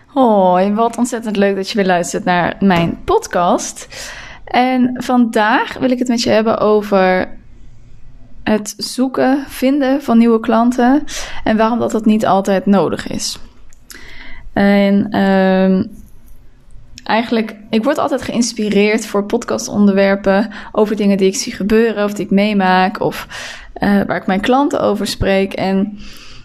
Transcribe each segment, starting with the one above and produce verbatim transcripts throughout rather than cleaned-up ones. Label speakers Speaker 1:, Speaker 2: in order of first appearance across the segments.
Speaker 1: Hoi, wat ontzettend leuk dat je weer luistert naar mijn podcast. En vandaag wil ik het met je hebben over het zoeken, vinden van nieuwe klanten en waarom dat, dat niet altijd nodig is. En uh, eigenlijk, ik word altijd geïnspireerd voor podcastonderwerpen over dingen die ik zie gebeuren of die ik meemaak of uh, waar ik mijn klanten over spreek. En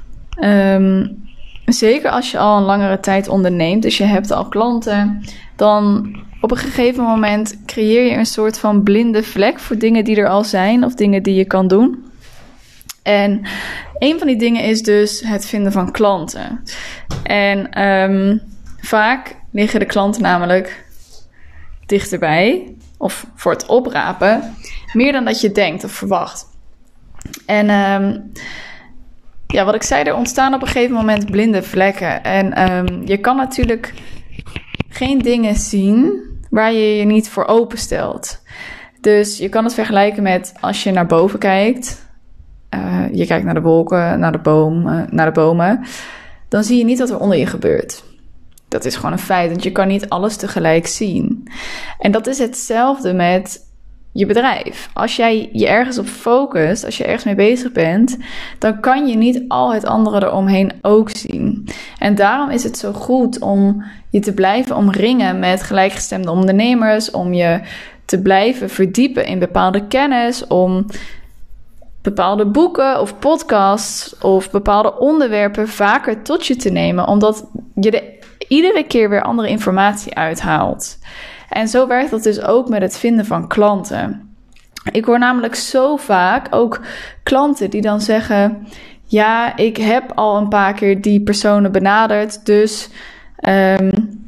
Speaker 1: um, zeker als je al een langere tijd onderneemt, dus je hebt al klanten, dan op een gegeven moment creëer je een soort van blinde vlek voor dingen die er al zijn of dingen die je kan doen. En een van die dingen is dus het vinden van klanten. En um, vaak liggen de klanten namelijk dichterbij, of voor het oprapen, meer dan dat je denkt of verwacht. En um, ja, wat ik zei, er ontstaan op een gegeven moment blinde vlekken. En um, je kan natuurlijk geen dingen zien waar je je niet voor openstelt. Dus je kan het vergelijken met als je naar boven kijkt. Uh, je kijkt naar de wolken, naar de, boom, uh, naar de bomen. Dan zie je niet wat er onder je gebeurt. Dat is gewoon een feit, want je kan niet alles tegelijk zien. En dat is hetzelfde met je bedrijf. Als jij je ergens op focust, als je ergens mee bezig bent, dan kan je niet al het andere eromheen ook zien. En daarom is het zo goed om je te blijven omringen met gelijkgestemde ondernemers, om je te blijven verdiepen in bepaalde kennis, om bepaalde boeken of podcasts of bepaalde onderwerpen vaker tot je te nemen, omdat je er iedere keer weer andere informatie uithaalt. En zo werkt dat dus ook met het vinden van klanten. Ik hoor namelijk zo vaak ook klanten die dan zeggen: ja, ik heb al een paar keer die personen benaderd, dus um,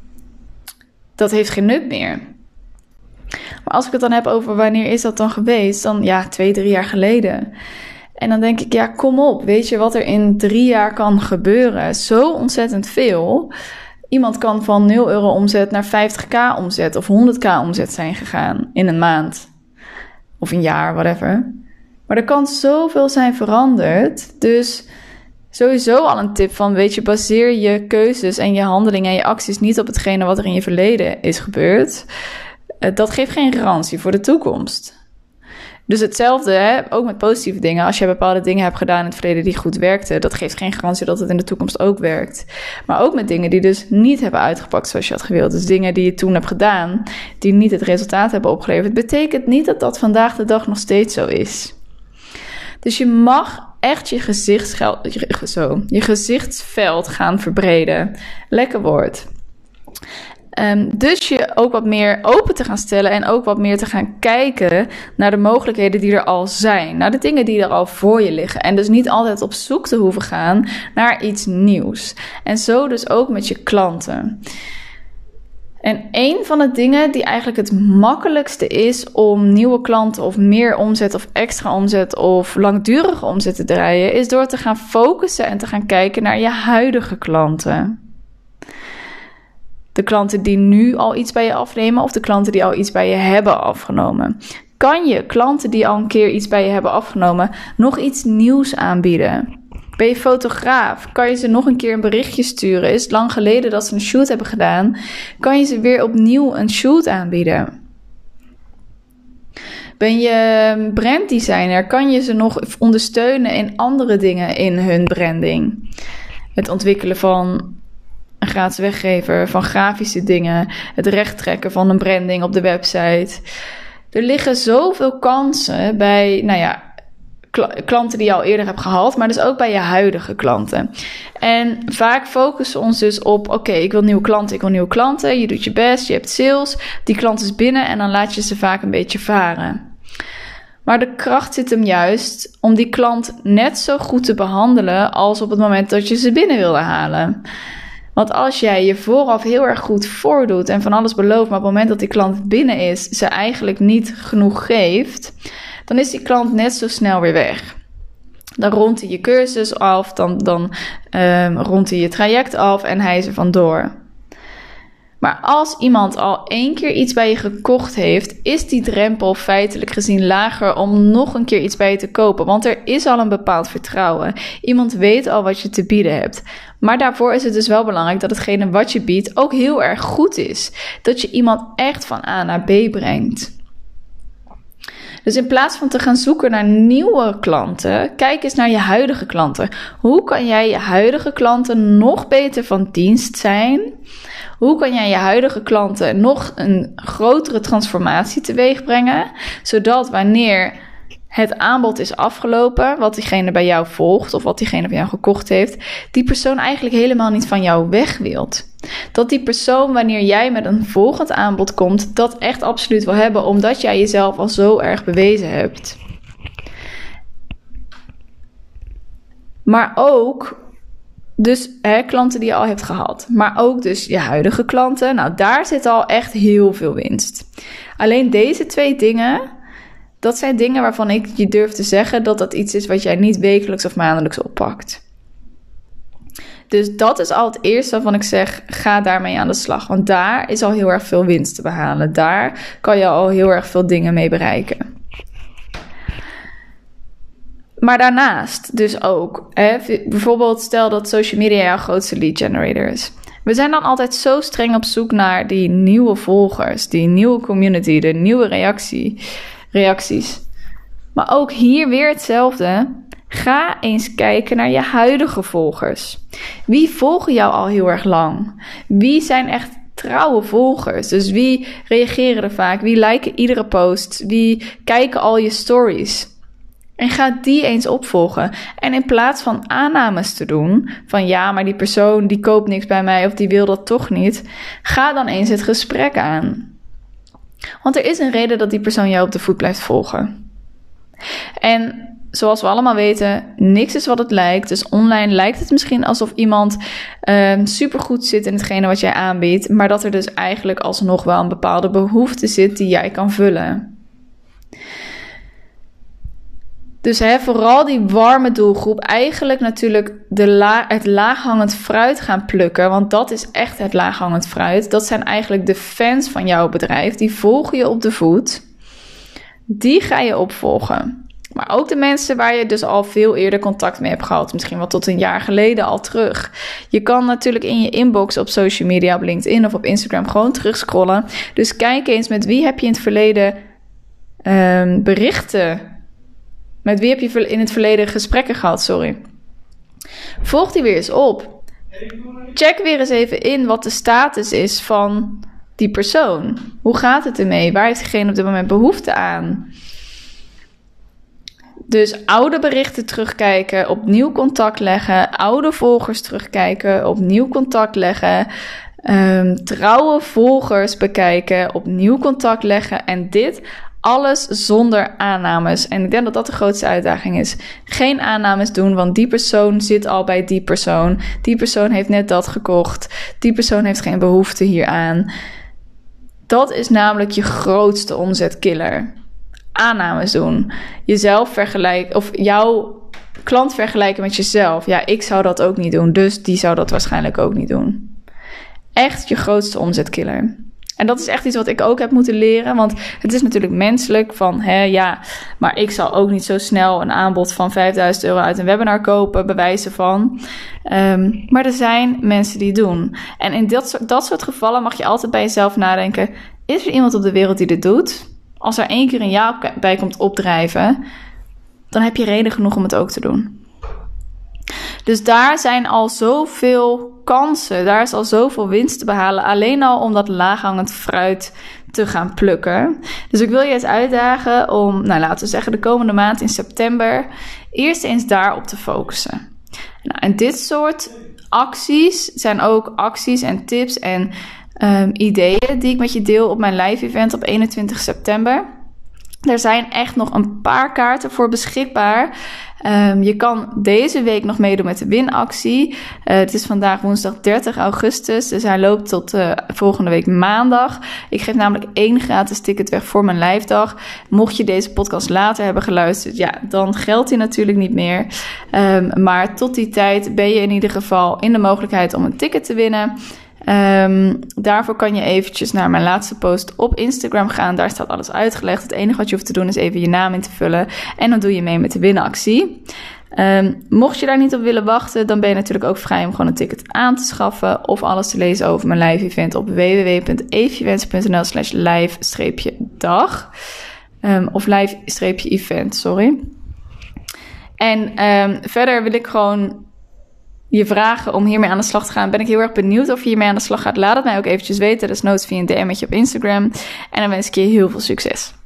Speaker 1: dat heeft geen nut meer. Maar als ik het dan heb over wanneer is dat dan geweest, dan ja, twee, drie jaar geleden. En dan denk ik, ja, kom op, weet je wat er in drie jaar kan gebeuren? Zo ontzettend veel. Iemand kan van nul euro omzet naar vijftig k omzet of honderd k omzet zijn gegaan in een maand. Of een jaar, whatever. Maar er kan zoveel zijn veranderd. Dus sowieso al een tip van, weet je, baseer je keuzes en je handelingen en je acties niet op hetgene wat er in je verleden is gebeurd. Dat geeft geen garantie voor de toekomst. Dus hetzelfde, hè, ook met positieve dingen. Als je bepaalde dingen hebt gedaan in het verleden die goed werkten, dat geeft geen garantie dat het in de toekomst ook werkt. Maar ook met dingen die dus niet hebben uitgepakt zoals je had gewild. Dus dingen die je toen hebt gedaan, die niet het resultaat hebben opgeleverd, betekent niet dat dat vandaag de dag nog steeds zo is. Dus je mag echt je, gezichtsgel- je, zo, je gezichtsveld gaan verbreden. Lekker woord. Um, dus je ook wat meer open te gaan stellen en ook wat meer te gaan kijken naar de mogelijkheden die er al zijn. Naar de dingen die er al voor je liggen. En dus niet altijd op zoek te hoeven gaan naar iets nieuws. En zo dus ook met je klanten. En een van de dingen die eigenlijk het makkelijkste is om nieuwe klanten of meer omzet of extra omzet of langdurige omzet te draaien, is door te gaan focussen en te gaan kijken naar je huidige klanten. De klanten die nu al iets bij je afnemen of de klanten die al iets bij je hebben afgenomen. Kan je klanten die al een keer iets bij je hebben afgenomen nog iets nieuws aanbieden? Ben je fotograaf? Kan je ze nog een keer een berichtje sturen? Is het lang geleden dat ze een shoot hebben gedaan? Kan je ze weer opnieuw een shoot aanbieden? Ben je branddesigner? Kan je ze nog ondersteunen in andere dingen in hun branding? Het ontwikkelen van een gratis weggever, van grafische dingen, het rechttrekken van een branding op de website. Er liggen zoveel kansen bij, nou ja, klanten die je al eerder hebt gehad, maar dus ook bij je huidige klanten. En vaak focussen we ons dus op, oké, okay, ik wil nieuwe klanten, ik wil nieuwe klanten. Je doet je best, je hebt sales, die klant is binnen en dan laat je ze vaak een beetje varen. Maar de kracht zit hem juist om die klant net zo goed te behandelen als op het moment dat je ze binnen wilde halen. Want als jij je vooraf heel erg goed voordoet en van alles belooft, maar op het moment dat die klant binnen is, ze eigenlijk niet genoeg geeft, dan is die klant net zo snel weer weg. Dan rondt hij je cursus af, dan, dan um, rondt hij je traject af en hij is er vandoor. Maar als iemand al één keer iets bij je gekocht heeft, is die drempel feitelijk gezien lager om nog een keer iets bij je te kopen. Want er is al een bepaald vertrouwen. Iemand weet al wat je te bieden hebt. Maar daarvoor is het dus wel belangrijk dat hetgene wat je biedt ook heel erg goed is. Dat je iemand echt van A naar B brengt. Dus in plaats van te gaan zoeken naar nieuwe klanten, kijk eens naar je huidige klanten. Hoe kan jij je huidige klanten nog beter van dienst zijn? Hoe kan jij je huidige klanten nog een grotere transformatie teweeg brengen? Zodat wanneer het aanbod is afgelopen, wat diegene bij jou volgt of wat diegene bij jou gekocht heeft, die persoon eigenlijk helemaal niet van jou weg wilt. Dat die persoon, wanneer jij met een volgend aanbod komt, dat echt absoluut wil hebben, omdat jij jezelf al zo erg bewezen hebt. Maar ook, dus hè, klanten die je al hebt gehad. Maar ook dus je huidige klanten. Nou, daar zit al echt heel veel winst. Alleen deze twee dingen, dat zijn dingen waarvan ik je durf te zeggen dat dat iets is wat jij niet wekelijks of maandelijks oppakt. Dus dat is al het eerste waarvan ik zeg, ga daarmee aan de slag. Want daar is al heel erg veel winst te behalen. Daar kan je al heel erg veel dingen mee bereiken. Maar daarnaast dus ook, hè, bijvoorbeeld stel dat social media jouw grootste lead generator is. We zijn dan altijd zo streng op zoek naar die nieuwe volgers, die nieuwe community, de nieuwe reactie, reacties. Maar ook hier weer hetzelfde. Ga eens kijken naar je huidige volgers. Wie volgen jou al heel erg lang? Wie zijn echt trouwe volgers? Dus wie reageren er vaak? Wie liken iedere post? Wie kijken al je stories? En ga die eens opvolgen. En in plaats van aannames te doen, van ja, maar die persoon die koopt niks bij mij of die wil dat toch niet, ga dan eens het gesprek aan. Want er is een reden dat die persoon jou op de voet blijft volgen. En zoals we allemaal weten, niks is wat het lijkt. Dus online lijkt het misschien alsof iemand uh, supergoed zit in hetgene wat jij aanbiedt, maar dat er dus eigenlijk alsnog wel een bepaalde behoefte zit die jij kan vullen. Dus hè, vooral die warme doelgroep, eigenlijk natuurlijk de la- het laaghangend fruit gaan plukken. Want dat is echt het laaghangend fruit. Dat zijn eigenlijk de fans van jouw bedrijf. Die volgen je op de voet. Die ga je opvolgen. Maar ook de mensen waar je dus al veel eerder contact mee hebt gehad. Misschien wel tot een jaar geleden al terug. Je kan natuurlijk in je inbox op social media, op LinkedIn of op Instagram gewoon terugscrollen. Dus kijk eens met wie heb je in het verleden um, berichten... Met wie heb je in het verleden gesprekken gehad, sorry. Volg die weer eens op. Check weer eens even in wat de status is van die persoon. Hoe gaat het ermee? Waar heeft diegene op dit moment behoefte aan? Dus oude berichten terugkijken, opnieuw contact leggen. Oude volgers terugkijken, opnieuw contact leggen. Um, trouwe volgers bekijken, opnieuw contact leggen. En dit alles zonder aannames. En ik denk dat dat de grootste uitdaging is. Geen aannames doen, want die persoon zit al bij die persoon. Die persoon heeft net dat gekocht. Die persoon heeft geen behoefte hieraan. Dat is namelijk je grootste omzetkiller. Aannames doen. Jezelf vergelijken, of jouw klant vergelijken met jezelf. Ja, ik zou dat ook niet doen, dus die zou dat waarschijnlijk ook niet doen. Echt je grootste omzetkiller. En dat is echt iets wat ik ook heb moeten leren. Want het is natuurlijk menselijk van, hè, ja, maar ik zal ook niet zo snel een aanbod van vijfduizend euro uit een webinar kopen, bewijzen van. Um, maar er zijn mensen die het doen. En in dat soort, dat soort gevallen mag je altijd bij jezelf nadenken, is er iemand op de wereld die dit doet? Als er één keer een ja bij komt opdrijven, dan heb je reden genoeg om het ook te doen. Dus daar zijn al zoveel kansen, daar is al zoveel winst te behalen, alleen al om dat laaghangend fruit te gaan plukken. Dus ik wil je eens uitdagen om, nou laten we zeggen de komende maand in september, eerst eens daarop te focussen. Nou, en dit soort acties zijn ook acties en tips en um, ideeën die ik met je deel op mijn live event op eenentwintig september. Er zijn echt nog een paar kaarten voor beschikbaar. Um, je kan deze week nog meedoen met de winactie. Uh, het is vandaag woensdag dertig augustus. Dus hij loopt tot uh, volgende week maandag. Ik geef namelijk één gratis ticket weg voor mijn live dag. Mocht je deze podcast later hebben geluisterd, ja, dan geldt die natuurlijk niet meer. Um, maar tot die tijd ben je in ieder geval in de mogelijkheid om een ticket te winnen. Um, daarvoor kan je eventjes naar mijn laatste post op Instagram gaan. Daar staat alles uitgelegd. Het enige wat je hoeft te doen is even je naam in te vullen. En dan doe je mee met de winactie. Um, mocht je daar niet op willen wachten, dan ben je natuurlijk ook vrij om gewoon een ticket aan te schaffen. Of alles te lezen over mijn live event op w w w punt eefjewens punt n l slash live-dag. Um, of live-event, sorry. En um, verder wil ik gewoon je vragen om hiermee aan de slag te gaan. Ben ik heel erg benieuwd of je hiermee aan de slag gaat. Laat het mij ook eventjes weten. Dus nooit via een D M'tje op Instagram. En dan wens ik je heel veel succes.